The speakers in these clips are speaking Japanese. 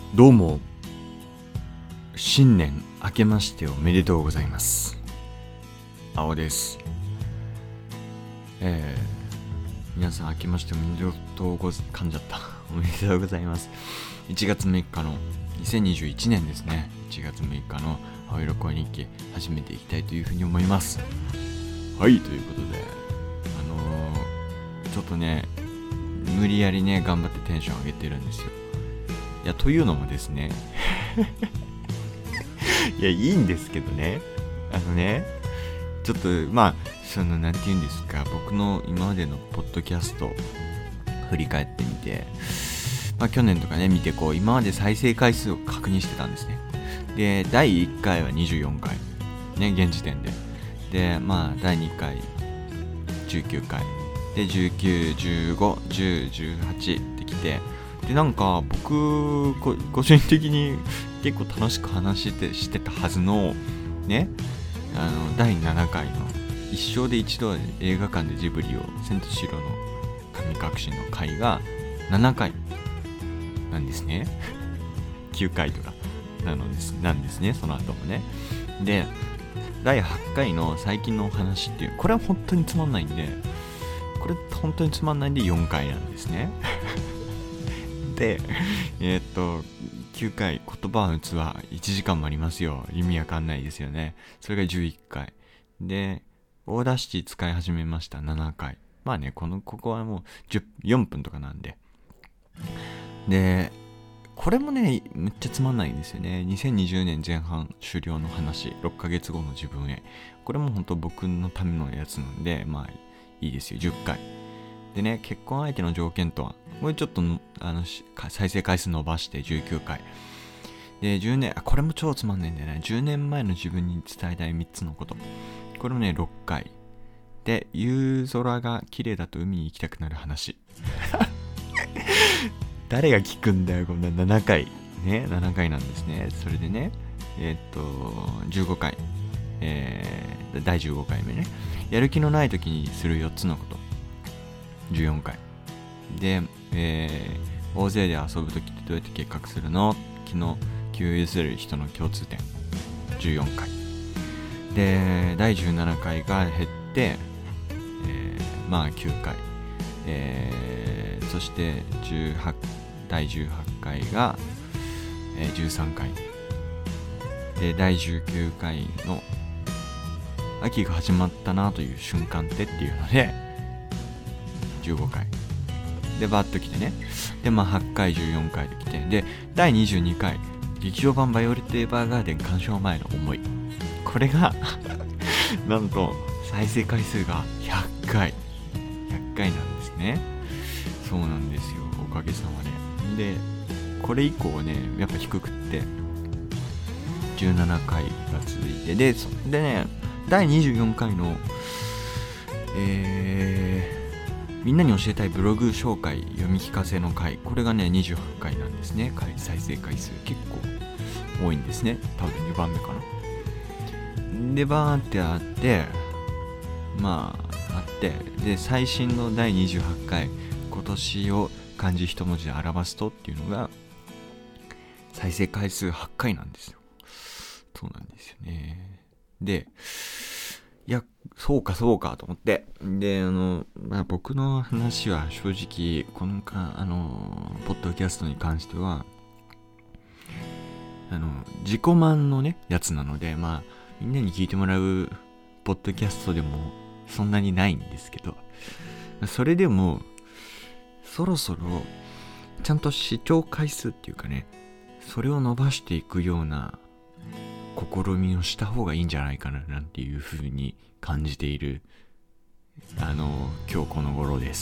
どうも新年明けましておめでとうございます。青です。皆さん明けましておめでとうござ噛んじゃったおめでとうございます。1月6日の2021年ですね。1月6日の青色恋日記始めていきたいというふうに思います。はい、ということでちょっとね無理やりね頑張ってテンション上げてるんですよ。いや、というのもですねいや、いいんですけどね、ちょっとなんて言うんですか、僕の今までのポッドキャスト振り返ってみて、去年とかね見て今まで再生回数を確認してたんですね。で、第1回は24回ね、現時点で。で、第2回19回で、19、15、10、18ってきて、で、僕個人的に結構楽しく話してたはずのね、第7回の一生で一度映画館でジブリを千と千尋の神隠しの回が7回なんですね9回とかなんですね、その後もね。で、第8回の最近のお話っていう、これは本当につまんないんで4回なんですねで、9回言葉を打つは1時間もありますよ。意味わかんないですよね。それが11回で、オーダーシティ使い始めました7回。ここはもう4分とかなんで。で、これもねめっちゃつまんないんですよね。2020年前半終了の話、6ヶ月後の自分へ。これも本当僕のためのやつなんでいいですよ。10回でね、結婚相手の条件とは、これちょっと再生回数伸ばして19回で、10年、これも超つまんないんだよね。10年前の自分に伝えたい3つのこと、これもね6回で、夕空が綺麗だと海に行きたくなる話誰が聞くんだよこんな7回ね。7回なんですね。それでね、15回、第15回目ね、やる気のない時にする4つのこと、14回で、大勢で遊ぶ時ってどうやって計画するの、気の気を譲る人の共通点、14回で、第17回が減って、9回、そして第18回が、13回で、第19回の秋が始まったなという瞬間っていうので15回でバッと来てね。で、8回14回で来て、で、第22回劇場版バイオレット・エヴァーガーデン鑑賞前の思い、これがなんと再生回数が100回なんですね。そうなんですよ、おかげさまで。で、これ以降ねやっぱ低くって17回が続いて、でね、第24回のみんなに教えたいブログ紹介読み聞かせの回、これがね28回なんですね。再生回数結構多いんですね。多分2番目かな。で、バーってあってで、最新の第28回、今年を漢字一文字で表すとっていうのが再生回数8回なんですよ。そうなんですよね。で、いや、そうかと思って、で、僕の話は正直ポッドキャストに関しては自己満のねやつなので、みんなに聞いてもらうポッドキャストでもそんなにないんですけど、それでもそろそろちゃんと視聴回数っていうかね、それを伸ばしていくような試みをした方がいいんじゃないかななんていう風に感じている今日この頃です。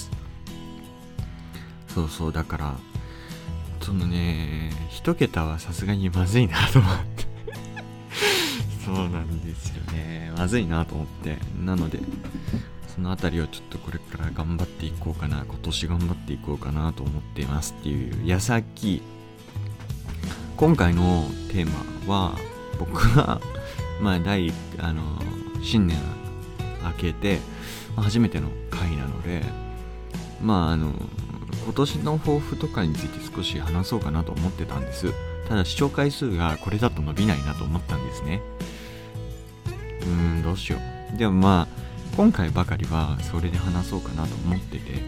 そうだからそのね、一桁はさすがにまずいなと思ってそうなんですよね、まずいなと思って、なのでそのあたりをちょっとこれから頑張っていこうかな、今年頑張っていこうかなと思っていますっていう矢先、今回のテーマは僕が新年明けて初めての回なので、今年の抱負とかについて少し話そうかなと思ってたんです。 ただ視聴回数がこれだと伸びないなと思ったんですね。どうしよう。でもまあ今回ばかりはそれで話そうかなと思ってて、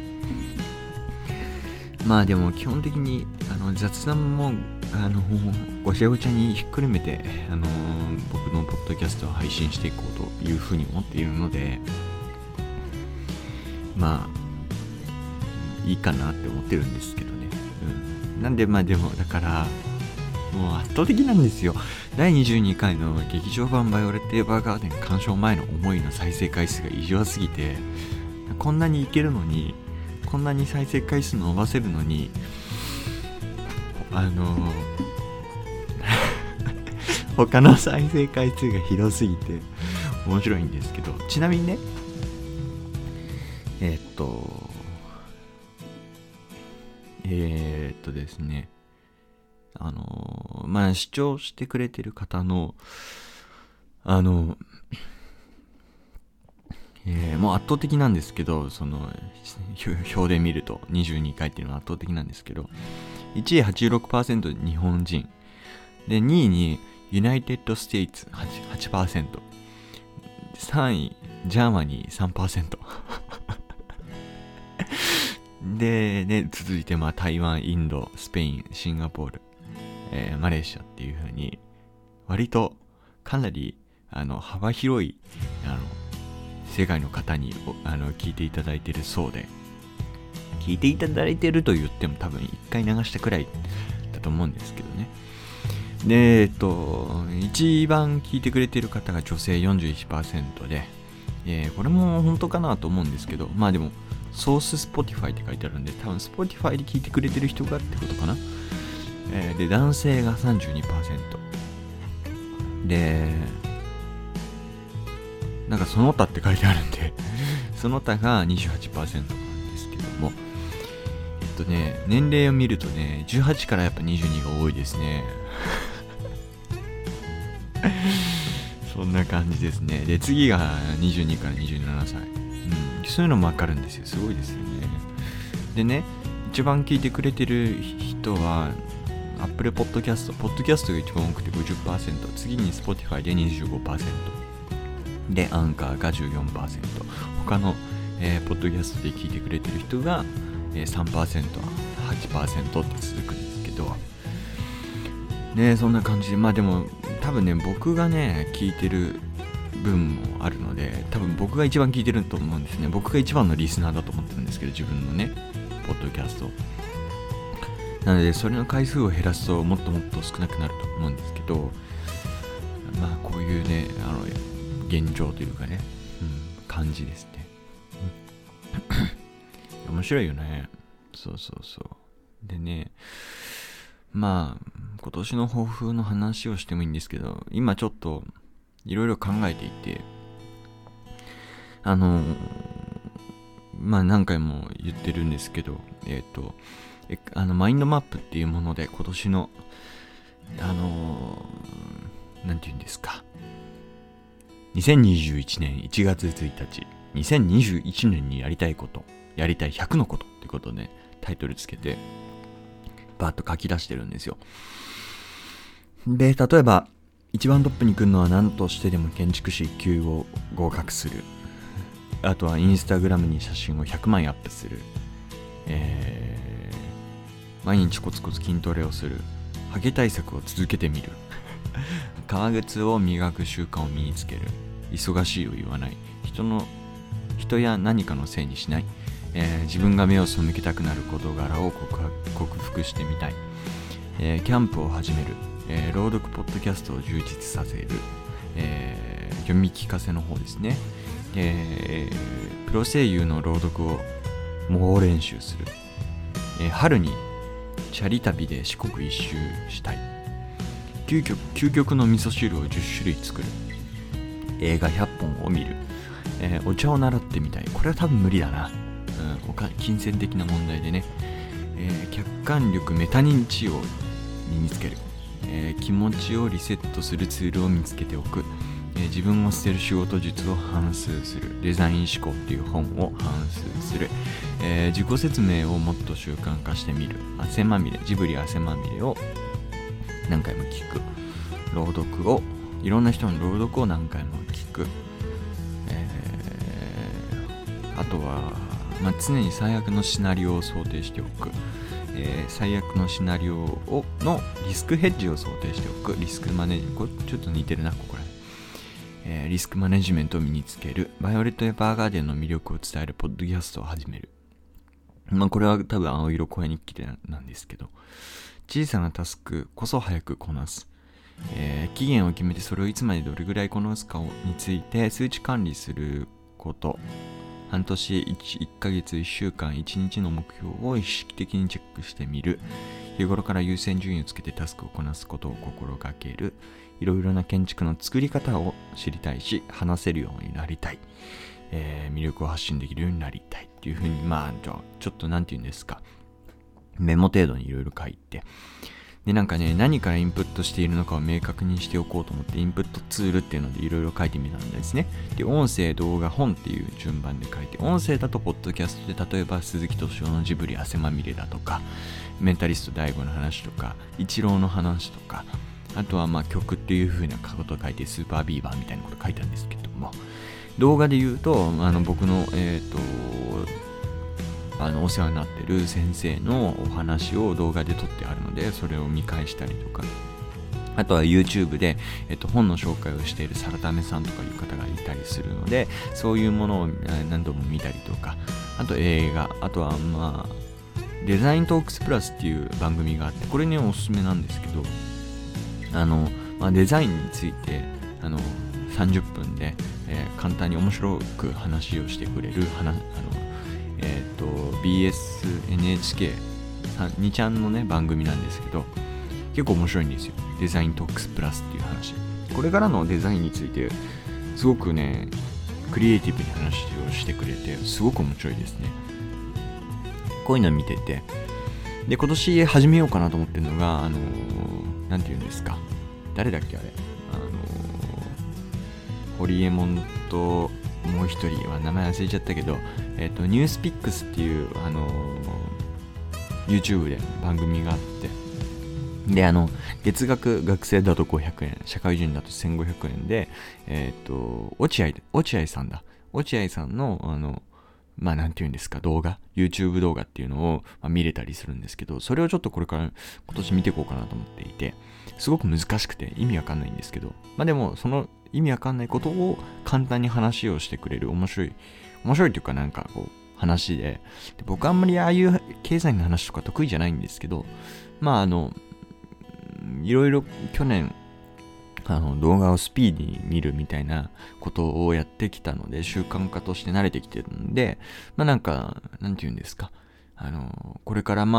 まあでも基本的に雑談もごちゃごちゃにひっくるめて僕のポッドキャストを配信していこうというふうに思っているので、まあいいかなって思ってるんですけどね。なんでまあでもだからもう圧倒的なんですよ。第22回の劇場版バイオレット・エヴァーガーデン鑑賞前の思いの再生回数が異常すぎて、こんなにいけるのに、こんなに再生回数伸ばせるのに他の再生回数がひどすぎて面白いんですけど、ちなみにねですねまあ視聴してくれてる方のもう圧倒的なんですけど、その表で見ると22回っていうのは圧倒的なんですけど、1位 86% 日本人で、2位にユナイテッド・ステイツ 8%、 3位ジャーマニー 3% でね、続いてまあ台湾、インド、スペイン、シンガポール、マレーシアっていう風に割とかなり幅広い世界の方に聞いていただいているそうで、聞いていただいていると言っても多分1回流したくらいだと思うんですけどね。で一番聞いてくれている方が女性 41% で、これも本当かなと思うんですけど、まあでもソース Spotify って書いてあるんで、多分 Spotify で聞いてくれてる人がってことかな。で男性が 32% で、なんかその他って書いてあるんでその他が 28% なんですけども、年齢を見るとね、18からやっぱ22が多いですねそんな感じですね。で次が22から27歳、そういうのもわかるんですよ。すごいですよね。でね、一番聞いてくれてる人はApple Podcast、ポッドキャストが一番多くて 50%、 次に Spotify で 25%で、アンカーが 14%、 他の、ポッドキャストで聞いてくれてる人が、3%、8% って続くんですけどね。そんな感じで、まあでも多分ね、僕がね聞いてる分もあるので、多分僕が一番聞いてると思うんですね。僕が一番のリスナーだと思ってるんですけど、自分のねポッドキャストなので、それの回数を減らすともっともっと少なくなると思うんですけど、まあこういうね現状というかね、感じですね。面白いよね。そうでね、まあ今年の抱負の話をしてもいいんですけど、今ちょっといろいろ考えていて、まあ何回も言ってるんですけど、マインドマップっていうもので今年のなんて言うんですか、2021年1月1日2021年にやりたいこと、やりたい100のことってことで、タイトルつけてバーッと書き出してるんですよ。で例えば一番トップに来るのは、何としてでも建築士1級を合格する、あとはインスタグラムに写真を100枚アップする、毎日コツコツ筋トレをする、ハゲ対策を続けてみる革靴を磨く習慣を身につける、忙しいを言わない、人や何かのせいにしない、自分が目を背けたくなる事柄を克服してみたい、キャンプを始める、朗読ポッドキャストを充実させる、読み聞かせの方ですね、プロ声優の朗読を猛練習する、春にチャリ旅で四国一周したい、究極の味噌汁を10種類作る、映画100本を見る、お茶を習ってみたい。これは多分無理だな、金銭的な問題でね、客観力メタ認知を身につける、気持ちをリセットするツールを見つけておく、自分を捨てる仕事術を反芻する、デザイン思考っていう本を反芻する、自己説明をもっと習慣化してみる、ジブリ汗まみれを何回も聞く。いろんな人の朗読を何回も聞く。あとは、常に最悪のシナリオを想定しておく。最悪のシナリオのリスクヘッジを想定しておく。リスクマネジメント、ちょっと似てるな、ここら。リスクマネジメントを身につける。バイオレット・エヴァーガーデンの魅力を伝えるポッドキャストを始める。これは多分青色声日記なんですけど、小さなタスクこそ早くこなす。期限を決めてそれをいつまでどれぐらいこなすかについて数値管理すること。半年、1ヶ月、1週間、1日の目標を意識的にチェックしてみる。日頃から優先順位をつけてタスクをこなすことを心がける。いろいろな建築の作り方を知りたいし、話せるようになりたい。魅力を発信できるようになりたいっていうふうに、ちょっとなんて言うんですか。メモ程度にいろいろ書いて。で、何からインプットしているのかを明確にしておこうと思って、インプットツールっていうのでいろいろ書いてみたんですね。で、音声、動画、本っていう順番で書いて、音声だとポッドキャストで、例えば鈴木敏夫のジブリ汗まみれだとか、メンタリスト大悟の話とか、イチローの話とか、あとは曲っていう風なことを書いて、スーパービーバーみたいなこと書いたんですけども、動画で言うと、僕の、お世話になってる先生のお話を動画で撮ってあるので、それを見返したりとか、あとは YouTube で、本の紹介をしているサラタメさんとかいう方がいたりするので、そういうものを何度も見たりとか、あと映画、あとはデザイントークスプラスっていう番組があって、これねおすすめなんですけど、デザインについて30分で、簡単に面白く話をしてくれるBSNHK 2ちゃんのね番組なんですけど、結構面白いんですよ。デザイントークスプラスっていう話。これからのデザインについてすごくねクリエイティブに話をしてくれて、すごく面白いですね。こういうのを見てて、で今年始めようかなと思ってるのがなんていうんですか、誰だっけあれ、ホリエモンともう一人は名前忘れちゃったけど、ニュースピックスっていう、YouTube で番組があって、で、月額学生だと500円、社会人だと1500円で、落合さんだ。落合さんの、なんていうんですか、YouTube 動画っていうのを、見れたりするんですけど、それをちょっとこれから今年見ていこうかなと思っていて、すごく難しくて意味わかんないんですけど、でもその意味わかんないことを簡単に話をしてくれる面白いというか話で、僕あんまりああいう経済の話とか得意じゃないんですけど、いろいろ去年動画をスピーディーに見るみたいなことをやってきたので、習慣化として慣れてきてるんで、なんて言うんですか、これから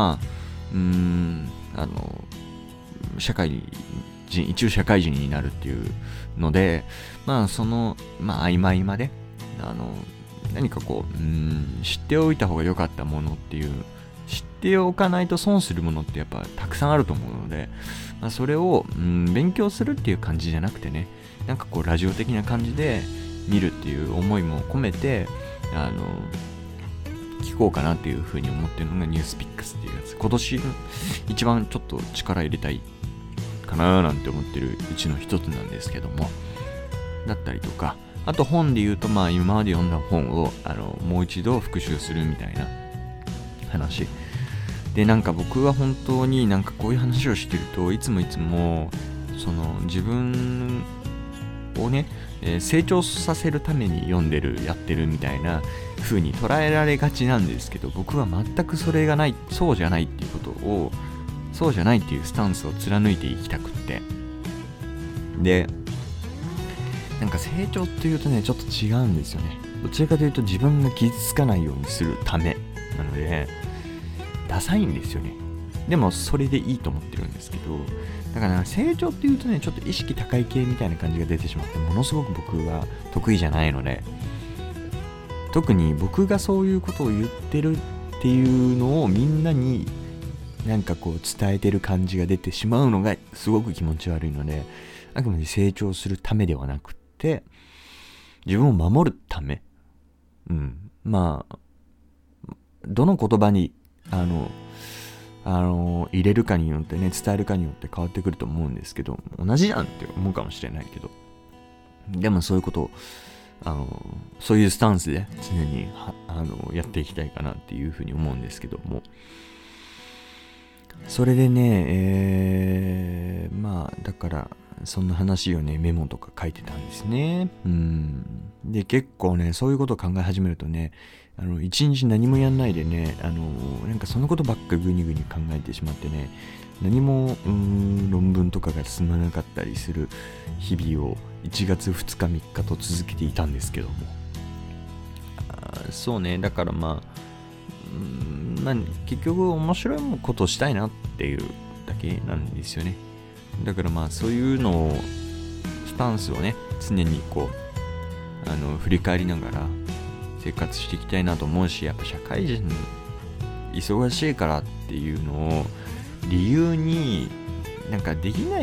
一応社会人になるっていうので、その合間合間で何か知っておいた方が良かったものっていう、知っておかないと損するものってやっぱたくさんあると思うので、それを勉強するっていう感じじゃなくてね、ラジオ的な感じで見るっていう思いも込めて聞こうかなっていうふうに思ってるのがニュースピックスっていうやつ。今年一番ちょっと力入れたいかななんて思ってるうちの一つなんですけども、だったりとか、あと本で言うと今まで読んだ本をもう一度復習するみたいな話で、僕は本当にこういう話をしてるといつもその自分をね、成長させるためにやってるみたいな風に捉えられがちなんですけど、僕は全くそうじゃないっていうことを、そうじゃないっていうスタンスを貫いていきたくって、で成長っていうとねちょっと違うんですよね。どちらかというと自分が傷つかないようにするためなので、ダサいんですよね。でもそれでいいと思ってるんですけど、だから成長っていうとねちょっと意識高い系みたいな感じが出てしまって、ものすごく僕は得意じゃないので、特に僕がそういうことを言ってるっていうのをみんなに伝えてる感じが出てしまうのがすごく気持ち悪いので、あくまで成長するためではなくて自分を守るため、どの言葉に入れるかによってね、伝えるかによって変わってくると思うんですけど、同じじゃんって思うかもしれないけど、でもそういうことをそういうスタンスで常にやっていきたいかなっていうふうに思うんですけども、それでね、まあだからそんな話をねメモとか書いてたんですね。で結構ねそういうことを考え始めるとね、一日何もやんないでね、なんかそのことばっかりぐにぐに考えてしまってね、何も論文とかが進まなかったりする日々を1月2日3日と続けていたんですけども、そうね、だからまあ結局面白いことをしたいなっていうだけなんですよね。だからまあそういうのをスタンスをね常にこう振り返りながら生活していきたいなと思うし、やっぱ社会人忙しいからっていうのを理由になんかできない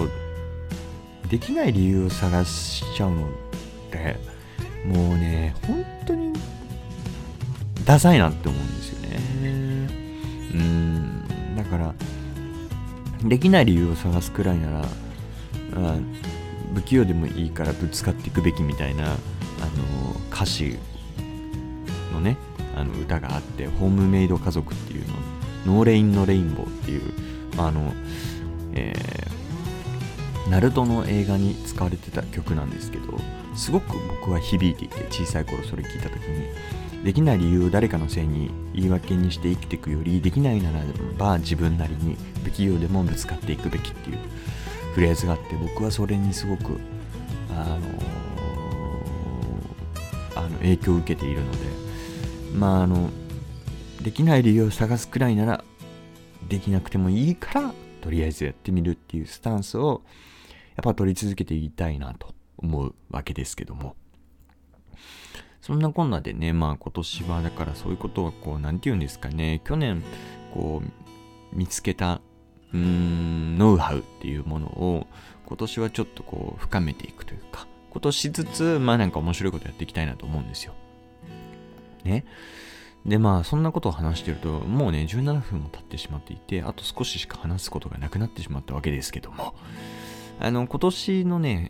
理由を探しちゃうのってもうね本当にダサいなって思うんですよね。だからできない理由を探すくらいなら不器用でもいいからぶつかっていくべきみたいな歌詞のね歌があって、ホームメイド家族っていうの、ノーレインのレインボーっていうナルトの映画に使われてた曲なんですけど、すごく僕は響いていて、小さい頃それ聞いた時に、できない理由を誰かのせいに言い訳にして生きていくより、できないならば自分なりに不器用でもぶつかっていくべきっていうフレーズがあって、僕はそれにすごく影響を受けているので、できない理由を探すくらいならできなくてもいいからとりあえずやってみるっていうスタンスをやっぱ取り続けていたいなと思うわけですけども、そんなこんなでね、今年はだからそういうことをなんて言うんですかね、去年見つけたノウハウっていうものを今年はちょっと深めていくというか、今年ずつなんか面白いことやっていきたいなと思うんですよね。でそんなことを話してるともうね17分も経ってしまっていて、あと少ししか話すことがなくなってしまったわけですけども、今年のね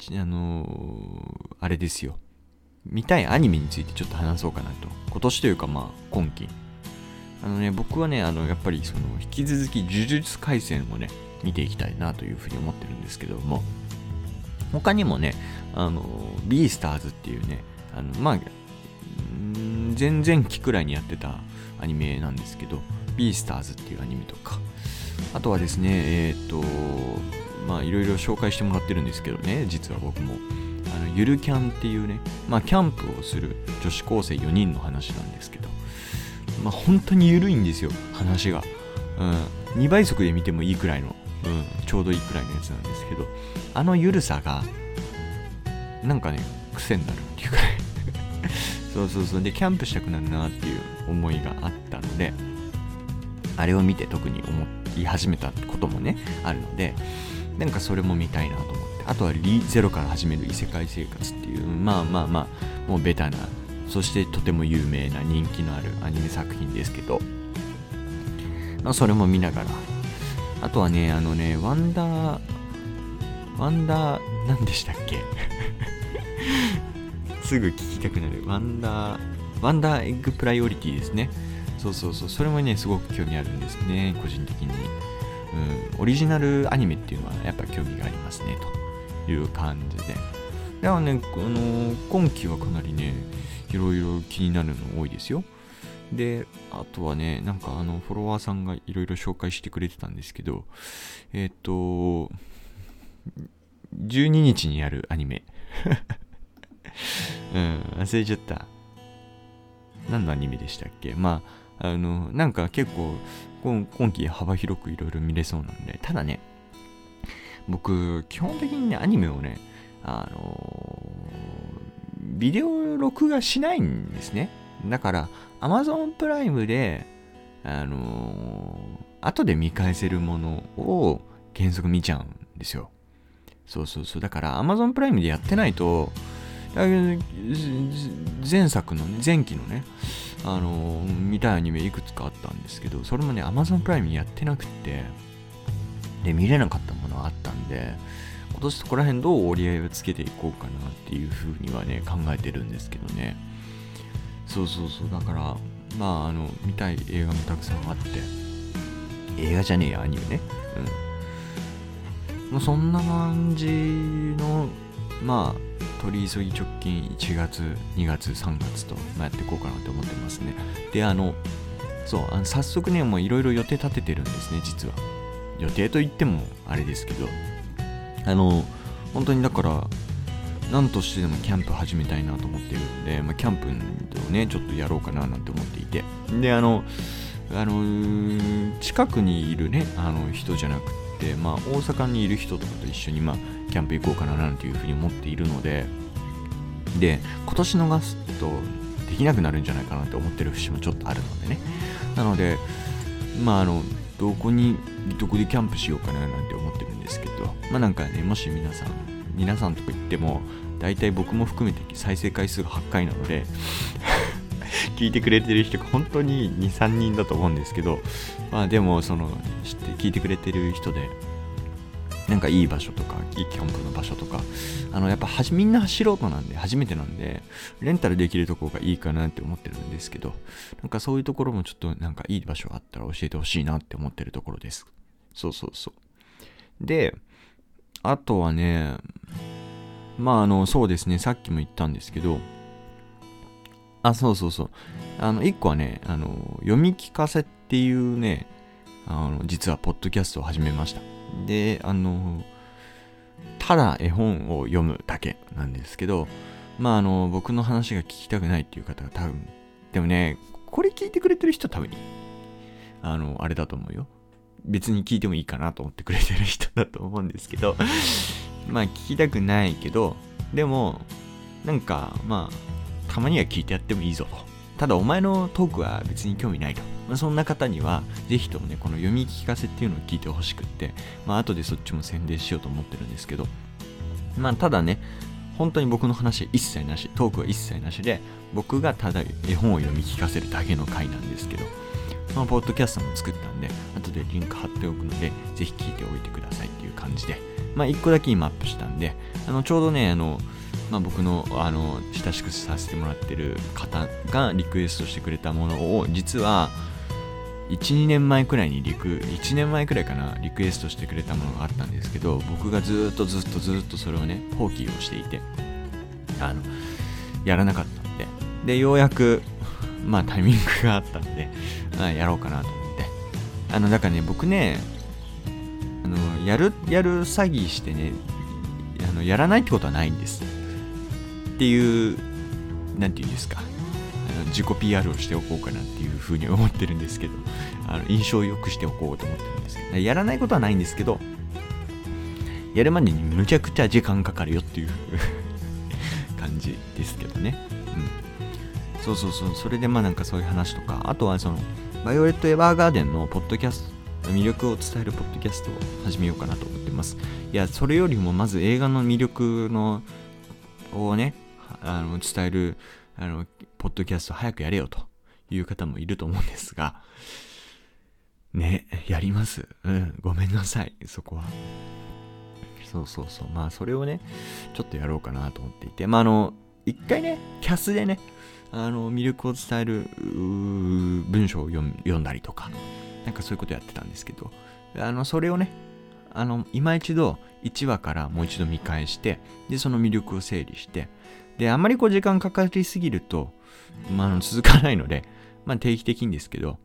あれですよ、見たいアニメについてちょっと話そうかなと。今年というか今期僕はねやっぱり引き続き呪術廻戦をね見ていきたいなというふうに思ってるんですけども、他にもねビースターズっていうね前々期くらいにやってたアニメなんですけど、ビースターズっていうアニメとか、あとはですねいろいろ紹介してもらってるんですけどね、実は僕もゆるキャンっていうね、キャンプをする女子高生4人の話なんですけど、本当にゆるいんですよ話が、2倍速で見てもいいくらいの、ちょうどいいくらいのやつなんですけど、ゆるさがなんかね癖になるっていうかねそうでキャンプしたくなるなっていう思いがあったので、あれを見て特に思い始めたこともねあるので、なんかそれも見たいなと思って、あとはゼロから始める異世界生活っていうもうベタな、そしてとても有名な人気のあるアニメ作品ですけど、それも見ながら、あとはねワンダー何でしたっけすぐ聞きたくなるワンダーエッグプライオリティですね。そうそれもねすごく興味あるんですね、個人的に。オリジナルアニメっていうのはやっぱ興味がありますねという感じで、だからね今期はかなりねいろいろ気になるの多いですよ。であとはねフォロワーさんがいろいろ紹介してくれてたんですけど、12日にやるアニメ忘れちゃった。何のアニメでしたっけ。なんか結構今期幅広くいろいろ見れそうなんで、ただね僕基本的にねアニメをねビデオ録画しないんですね。だから Amazon プライムで後で見返せるものを原則見ちゃうんですよ。そうだから Amazon プライムでやってないと、前期のね見たいアニメいくつかあったんですけど、それもね Amazon プライムやってなくて、で見れなかったものあったんで、今年そこら辺どう折り合いをつけていこうかなっていうふうにはね考えてるんですけどね。そうだから見たい映画もたくさんあって、映画じゃねえやアニメね。もうそんな感じの取り急ぎ直近1月2月3月とやっていこうかなと思ってますね。で早速ねもういろいろ予定立ててるんですね。実は予定といってもあれですけど、本当にだから何としてでもキャンプ始めたいなと思ってるんで、キャンプをねちょっとやろうかななんて思っていて、で近くにいるね人じゃなくて、大阪にいる人とかと一緒にキャンプ行こうかななんていうふうに思っているので、今年逃すとできなくなるんじゃないかなって思ってる節もちょっとあるのでね。なのでどこでキャンプしようかななんて思ってるんですけど、なんかね、もし皆さんとか言っても大体僕も含めて再生回数が8回なので聞いてくれてる人が本当に 2,3 人だと思うんですけど、でも知って聞いてくれてる人でなんかいい場所とかいいキャンプの場所とかやっぱみんな素人なんで初めてなんでレンタルできるところがいいかなって思ってるんですけど、なんかそういうところもちょっとなんかいい場所あったら教えてほしいなって思ってるところです。そうで、あとはねそうですね、さっきも言ったんですけど、一個はね読み聞かせっていうね実はポッドキャストを始めました。でただ絵本を読むだけなんですけど、僕の話が聞きたくないっていう方が多分、でもねこれ聞いてくれてる人は多分あれだと思うよ。別に聞いてもいいかなと思ってくれてる人だと思うんですけど聞きたくないけど、でもなんかたまには聞いてやってもいいぞと。ただお前のトークは別に興味ないと。そんな方にはぜひともねこの読み聞かせっていうのを聞いてほしくって、後でそっちも宣伝しようと思ってるんですけど、ただね本当に僕の話は一切なし、トークは一切なしで、僕がただ絵本を読み聞かせるだけの回なんですけど、そのポッドキャストも作ったんで後でリンク貼っておくのでぜひ聞いておいてくださいっていう感じで、1個だけ今アップしたんで、ちょうどね僕の親しくさせてもらってる方がリクエストしてくれたものを、実は1年前くらいかなリクエストしてくれたものがあったんですけど、僕がずっとそれをね放棄をしていてやらなかったんで、ようやくタイミングがあったんでやろうかなと思って、だからね僕ねやる詐欺してねやらないってことはないんですっていう、なんていうんですか、自己 PR をしておこうかなっていうふうに思ってるんですけど、印象を良くしておこうと思ってるんですけど、やらないことはないんですけど、やるまでにむちゃくちゃ時間かかるよっていう感じですけどね。それでなんかそういう話とか、あとはバイオレット・エヴァーガーデンのポッドキャスト、魅力を伝えるポッドキャストを始めようかなと思ってます。いや、それよりもまず映画の魅力をね伝えるポッドキャスト早くやれよという方もいると思うんですがね、やります。ごめんなさい、そこは。それをねちょっとやろうかなと思っていて、一回ねキャスでね魅力を伝える文章を読んだりとか、なんかそういうことやってたんですけど、それをね今一度1話からもう一度見返して、でその魅力を整理して、であんまり時間かかりすぎると続かないので、定期的にですけど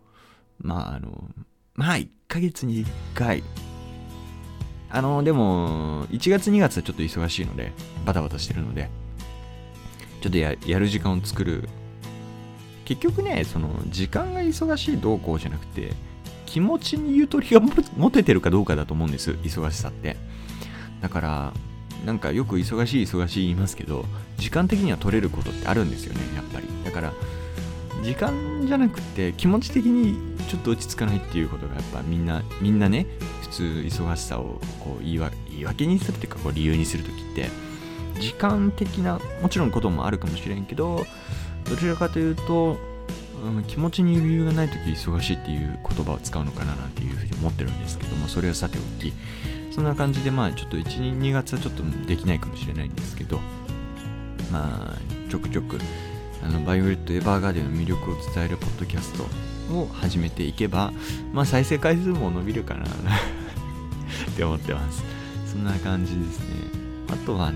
1ヶ月に1回でも1月2月はちょっと忙しいのでバタバタしてるのでちょっとやる時間を作る。結局ね時間が忙しいどうこうじゃなくて気持ちにゆとりが持ててるかどうかだと思うんです、忙しさって。だからなんかよく忙しい言いますけど、時間的には取れることってあるんですよね、やっぱり。だから時間じゃなくて気持ち的にちょっと落ち着かないっていうことがやっぱみんなね普通忙しさを言い訳にするっていうか理由にするときって時間的なもちろんこともあるかもしれんけど、どちらかというと気持ちに余裕がないとき忙しいっていう言葉を使うのかななんていうふうに思ってるんですけども、それはさておき、そんな感じでちょっと1、2月はちょっとできないかもしれないんですけど、ちょくちょくバイオレット・エヴァーガーデンの魅力を伝えるポッドキャストを始めていけば、再生回数も伸びるかなって思ってます。そんな感じですね。あとは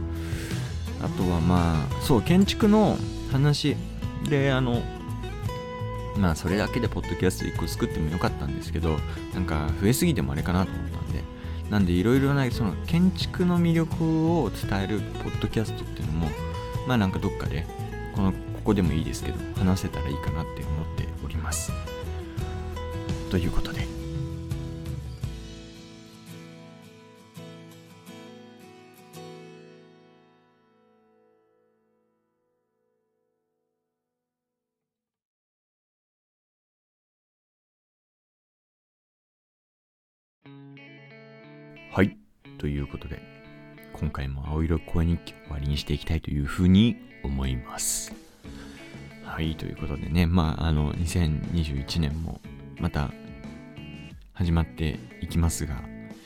そう建築の話でそれだけでポッドキャスト1個作ってもよかったんですけど、なんか増えすぎてもあれかなと思ったんで、なんでいろいろなその建築の魅力を伝えるポッドキャストっていうのもなんかどっかでここでもいいですけど話せたらいいかなって思っております。ということで、はい、ということで今回も青色声日記を終わりにしていきたいというふうに思います。はい、ということでね、2021年もまた始まっていきますが、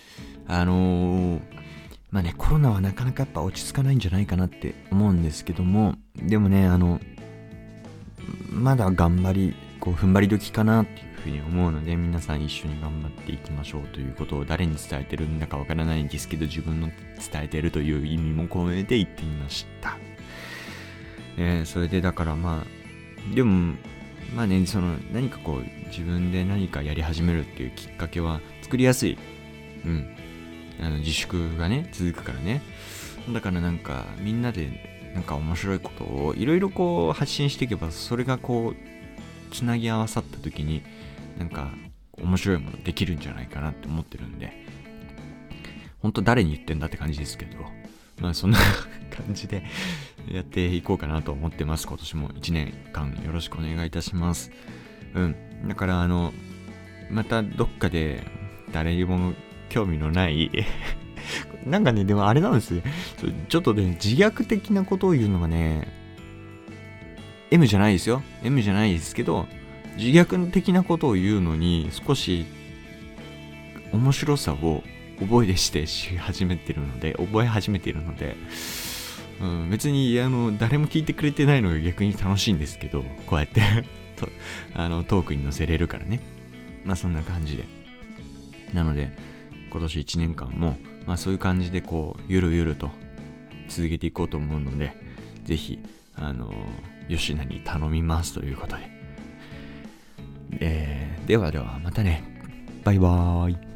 コロナはなかなかやっぱ落ち着かないんじゃないかなって思うんですけども、でもね、まだ踏ん張り時かなっていうふうに思うので、皆さん一緒に頑張っていきましょうということを誰に伝えてるんだかわからないんですけど、自分の伝えてるという意味も込めて言ってみました。それでだからでも何か自分で何かやり始めるっていうきっかけは作りやすい。自粛がね続くからね。だからなんかみんなでなんか面白いことをいろいろ発信していけば、それがつなぎ合わさった時になんか面白いものできるんじゃないかなって思ってるんで、本当誰に言ってんだって感じですけど、そんな感じでやっていこうかなと思ってます。今年も1年間よろしくお願いいたします。だからまたどっかで誰にも興味のないなんかね、でもあれなんですね、ちょっとね自虐的なことを言うのがね M じゃないですよ。 M じゃないですけど、自虐的なことを言うのに少し面白さを覚え始めているので、別に誰も聞いてくれてないのが逆に楽しいんですけど、こうやってトークに載せれるからね。そんな感じで、なので今年1年間もそういう感じでゆるゆると続けていこうと思うので、ぜひ吉野に頼みますということで、ではまたね、バイバーイ。